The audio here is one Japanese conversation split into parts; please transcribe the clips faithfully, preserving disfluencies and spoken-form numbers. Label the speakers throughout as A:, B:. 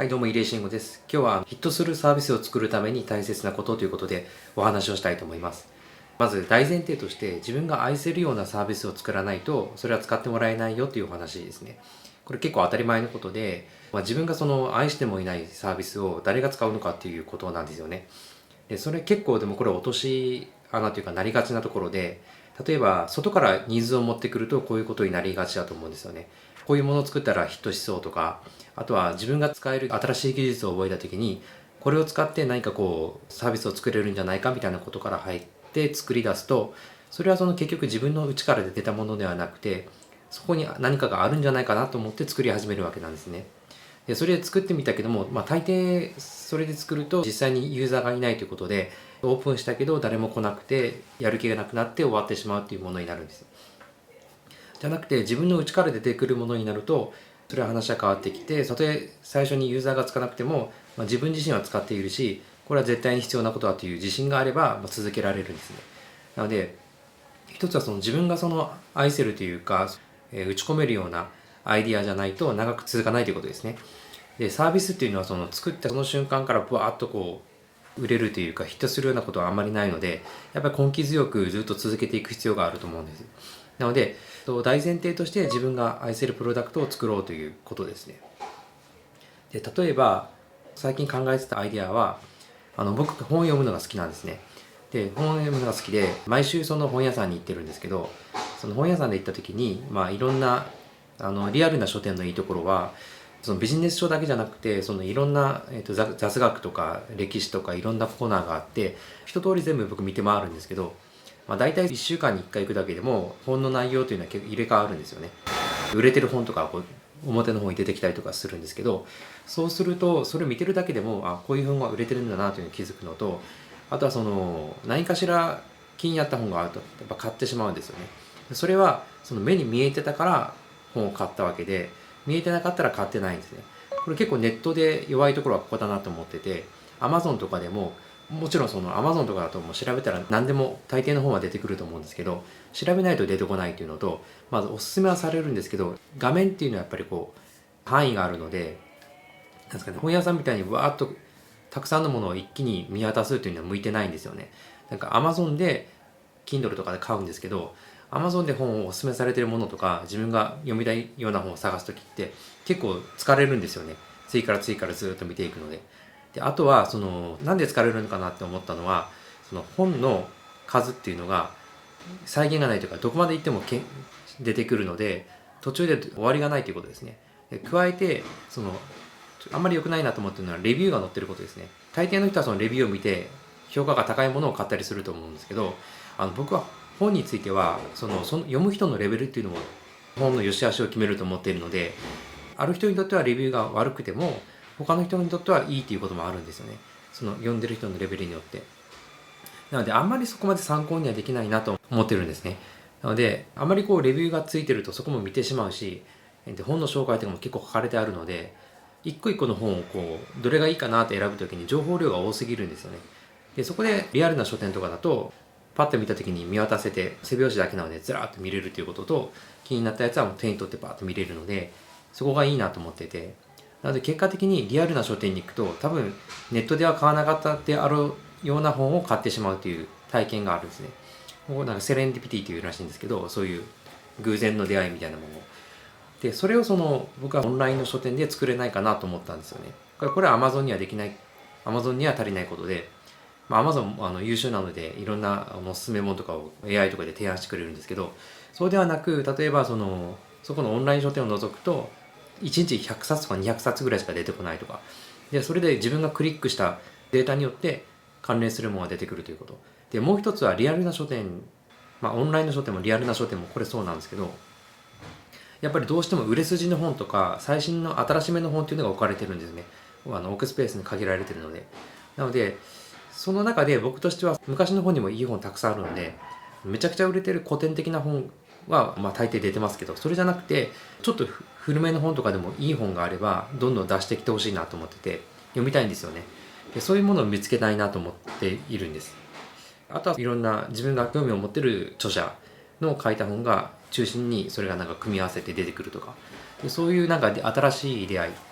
A: はい、どうも入江慎吾です。今日はヒットするサービスを作るために大切なことということでお話をしたいと思います。まず大前提として自分が愛せるようなサービスを作らないとそれは使ってもらえないよというお話ですね。これ結構当たり前のことで、まあ、自分がその愛してもいないサービスを誰が使うのかっていうことなんですよね。で、それ結構でもこれ落とし穴というかなりがちなところで、例えば外からニーズを持ってくるとこういうことになりがちだと思うんですよね。こういうものを作ったらヒットしそうとか、あとは自分が使える新しい技術を覚えた時にこれを使って何かこうサービスを作れるんじゃないかみたいなことから入って作り出すと、それはその結局自分の内から出たものではなくて、そこに何かがあるんじゃないかなと思って作り始めるわけなんですね。でそれで作ってみたけども、まあ、大抵それで作ると実際にユーザーがいないということでオープンしたけど誰も来なくてやる気がなくなって終わってしまうというものになるんです。じゃなくて自分の内から出てくるものになると、それは話は変わってきて、たとえ最初にユーザーがつかなくても、まあ、自分自身は使っているしこれは絶対に必要なことだという自信があれば、まあ、続けられるんですね。なので一つはその自分がその愛せるというか、えー打ち込めるようなアイディアじゃないと長く続かないということですね。でサービスっていうのはその作ったその瞬間からブワーッとこう売れるというかヒットするようなことはあんまりないので、やっぱり根気強くずっと続けていく必要があると思うんです。なので大前提として自分が愛せるプロダクトを作ろうということですね。で例えば最近考えてたアイデアは、あの僕本を読むのが好きなんですね。で本を読むのが好きで毎週その本屋さんに行ってるんですけど、その本屋さんで行った時に、まあ、いろんなあのリアルな書店のいいところはそのビジネス書だけじゃなくて、そのいろんな、えー、と雑雑学とか歴史とかいろんなコーナーがあって一通り全部僕見て回るんですけど、まあ、大体いっしゅうかんにいっかい行くだけでも本の内容というのは結構入れ替わるんですよね。売れてる本とかこう表の方に出てきたりとかするんですけど、そうするとそれを見てるだけでもあこういう本が売れてるんだなというのに気づくのと、あとはその何かしら気になった本があるとやっぱ買ってしまうんですよね。それはその目に見えてたから本を買ったわけで、見えてなかったら買ってないんですね。これ結構ネットで弱いところはここだなと思ってて、 Amazon とかでももちろんその Amazon とかだともう調べたら何でも大抵の本は出てくると思うんですけど、調べないと出てこないっていうのと、まずおすすめはされるんですけど、画面っていうのはやっぱりこう範囲があるので、なんですかね、本屋さんみたいにわーっとたくさんのものを一気に見渡すというのは向いてないんですよね。なんか Amazon で Kindle とかで買うんですけど、Amazon で本をおすすめされてるものとか自分が読みたいような本を探す時って結構疲れるんですよね。次から次からずっと見ていくので。であとはそのなんで疲れるのかなって思ったのは、その本の数っていうのが再現がないというか、どこまで行ってもけ出てくるので途中で終わりがないということですね。で加えてそのあんまり良くないなと思ってるのはレビューが載ってることですね。大抵の人はそのレビューを見て評価が高いものを買ったりすると思うんですけど、あの僕は本についてはそのその読む人のレベルっていうのも本の良し悪しを決めると思っているので、ある人にとってはレビューが悪くても他の人にとってはいいっていうこともあるんですよね。その読んでる人のレベルによって。なのであんまりそこまで参考にはできないなと思ってるんですね。なのであんまりこうレビューがついてるとそこも見てしまうし、で本の紹介とかも結構書かれてあるので、一個一個の本をこうどれがいいかなって選ぶときに情報量が多すぎるんですよね。でそこでリアルな書店とかだとパッと見たときに見渡せて背表紙だけなのでずらっと見れるということと、気になったやつはもう手に取ってパッと見れるので、そこがいいなと思ってて、なので結果的にリアルな書店に行くと多分ネットでは買わなかったであろうような本を買ってしまうという体験があるんですね。こうなんかセレンディピティというらしいんですけど、そういう偶然の出会いみたいなものを、でそれをその僕はオンラインの書店で作れないかなと思ったんですよね。これこれは Amazon にはできない、 Amazon には足りないことで、まあ、Amazon もあの優秀なのでいろんなおすすめ本とかを エーアイ とかで提案してくれるんですけど、そうではなく例えばそのそこのオンライン書店を除くといちにちひゃくさつとかにひゃくさつぐらいしか出てこないとかで、それで自分がクリックしたデータによって関連するものが出てくるということで、もう一つはリアルな書店、まあ、オンラインの書店もリアルな書店もこれそうなんですけど、やっぱりどうしても売れ筋の本とか最新の新しめの本っていうのが置かれてるんですね。あの置くスペースに限られてるので。なのでその中で僕としては昔の本にもいい本たくさんあるので、めちゃくちゃ売れてる古典的な本はまあ大抵出てますけど、それじゃなくてちょっと古めの本とかでもいい本があればどんどん出してきてほしいなと思ってて読みたいんですよね。でそういうものを見つけたいなと思っているんです。あとはいろんな自分が興味を持ってる著者の書いた本が中心にそれがなんか組み合わせて出てくるとか、でそういうなんか新しい出会い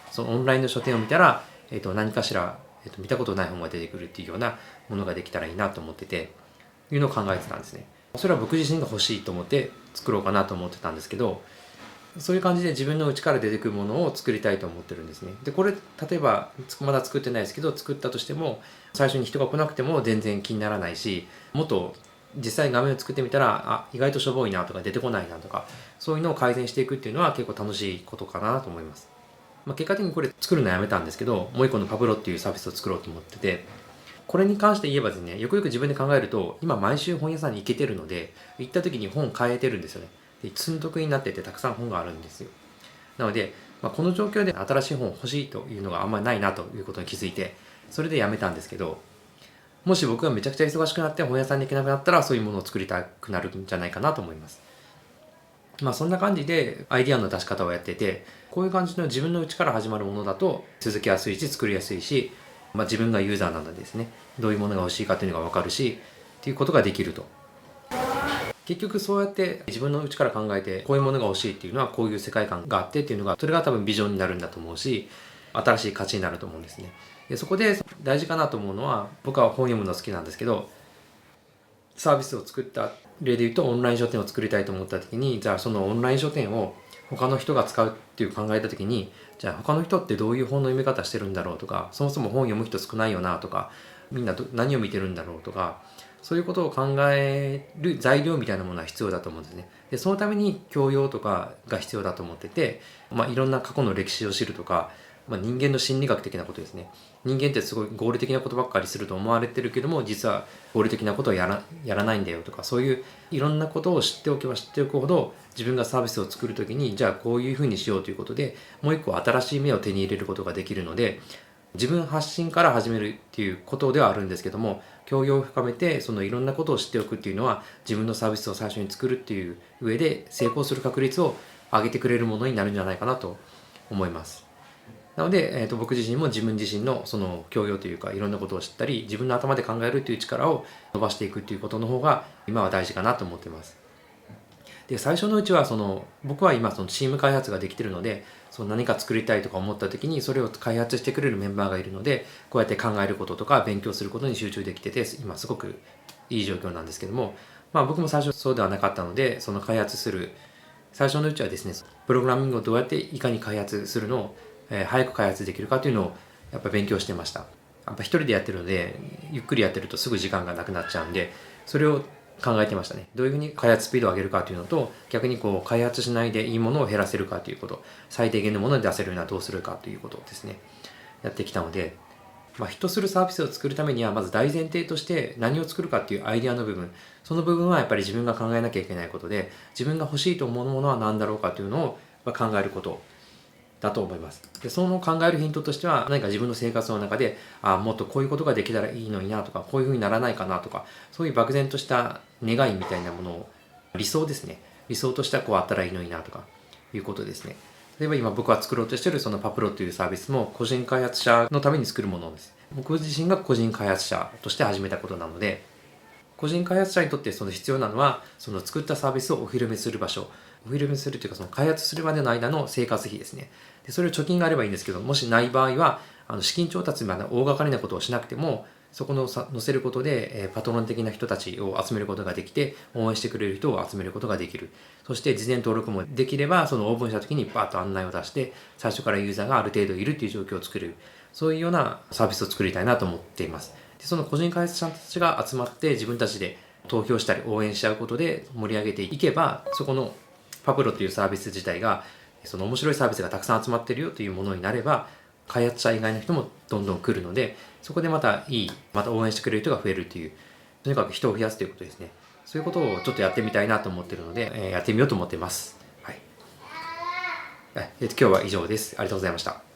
A: そのオンラインの書店を見たら、えー、と何かしら、えー、と見たことない本が出てくるっていうようなものができたらいいなと思ってて、いうのを考えてたんですね。それは僕自身が欲しいと思って作ろうかなと思ってたんですけど、そういう感じで自分の内から出てくるものを作りたいと思ってるんですね。でこれ例えばまだ作ってないですけど、作ったとしても最初に人が来なくても全然気にならないし、もっと実際画面を作ってみたら、あ、意外としょぼいなとか出てこないなとか、そういうのを改善していくっていうのは結構楽しいことかなと思います。まあ、結果的にこれ作るのやめたんですけど、もう一個のパブロっていうサービスを作ろうと思ってて、これに関して言えばですね、よくよく自分で考えると、今毎週本屋さんに行けてるので、行った時に本買えてるんですよね。で、積んどくになっててたくさん本があるんですよ。なので、まあ、この状況で新しい本欲しいというのがあんまりないなということに気づいて、それでやめたんですけど、もし僕がめちゃくちゃ忙しくなって本屋さんに行けなくなったら、そういうものを作りたくなるんじゃないかなと思います。まあそんな感じでアイディアの出し方をやってて、こういう感じの自分の内から始まるものだと続けやすいし作りやすいし、まあ、自分がユーザーなのでですね、どういうものが欲しいかというのが分かるしっていうことができると。結局そうやって自分の内から考えて、こういうものが欲しいっていうのはこういう世界観があってっていうのが、それが多分ビジョンになるんだと思うし、新しい価値になると思うんですね。でそこで大事かなと思うのは、僕は本読むの好きなんですけど、サービスを作った例で言うと、オンライン書店を作りたいと思った時に、じゃあそのオンライン書店を他の人が使うっていう考えた時に、じゃあ他の人ってどういう本の読み方してるんだろうとか、そもそも本読む人少ないよなとか、みんな何を見てるんだろうとか、そういうことを考える材料みたいなものは必要だと思うんですね。でそのために教養とかが必要だと思ってて、まあ、いろんな過去の歴史を知るとか、まあ、人間の心理学的なことですね。人間ってすごい合理的なことばっかりすると思われてるけども、実は合理的なことをやらやらないんだよとか、そういういろんなことを知っておけば知っておくほど、自分がサービスを作るときに、じゃあこういうふうにしようということで、もう一個新しい目を手に入れることができるので、自分発信から始めるっていうことではあるんですけども、教養を深めてそのいろんなことを知っておくっていうのは、自分のサービスを最初に作るっていう上で成功する確率を上げてくれるものになるんじゃないかなと思います。なので、えー、と僕自身も自分自身のその教養というか、いろんなことを知ったり、自分の頭で考えるという力を伸ばしていくっていうことの方が今は大事かなと思っています。で最初のうちはその僕は今そのチーム開発ができているので、その何か作りたいとか思った時にそれを開発してくれるメンバーがいるので、こうやって考えることとか勉強することに集中できてて、今すごくいい状況なんですけども、まあ、僕も最初そうではなかったので、その開発する最初のうちはですね、プログラミングをどうやっていかに開発するのを、えー、早く開発できるかというのをやっぱ勉強してました。やっぱ一人でやってるので、ゆっくりやってるとすぐ時間がなくなっちゃうんで、それを考えてましたね。どういうふうに開発スピードを上げるかというのと、逆にこう開発しないでいいものを減らせるかということ、最低限のもので出せるようにはどうするかということをですね、やってきたので、まあ、ヒットするサービスを作るためには、まず大前提として何を作るかっていうアイデアの部分、その部分はやっぱり自分が考えなきゃいけないことで、自分が欲しいと思うものは何だろうかというのを考えることだと思います。でその考えるヒントとしては、何か自分の生活の中で、あもっとこういうことができたらいいのになとか、こういうふうにならないかなとか、そういう漠然とした願いみたいなものを、理想ですね、理想としてはこうあったらいいのになとかいうことですね。例えば今僕は作ろうとしているそのパプロというサービスも個人開発者のために作るものです。僕自身が個人開発者として始めたことなので、個人開発者にとってその必要なのは、その作ったサービスをお披露目する場所、お披露目するというか、その開発するまでの間の生活費ですね。でそれを貯金があればいいんですけど、もしない場合は、あの資金調達まで大掛かりなことをしなくても、そこの載せることで、えー、パトロン的な人たちを集めることができて、応援してくれる人を集めることができる。そして事前登録もできれば、そのオープンした時にバーッと案内を出して、最初からユーザーがある程度いるっていう状況を作る。そういうようなサービスを作りたいなと思っています。でその個人開発者たちが集まって自分たちで投票したり応援し合うことで盛り上げていけば、そこのパプロというサービス自体が、その面白いサービスがたくさん集まってるよというものになれば、開発者以外の人もどんどん来るので、そこでまたいい、また応援してくれる人が増えるという、とにかく人を増やすということですね。そういうことをちょっとやってみたいなと思っているので、えー、やってみようと思っています。はい。え今日は以上です。ありがとうございました。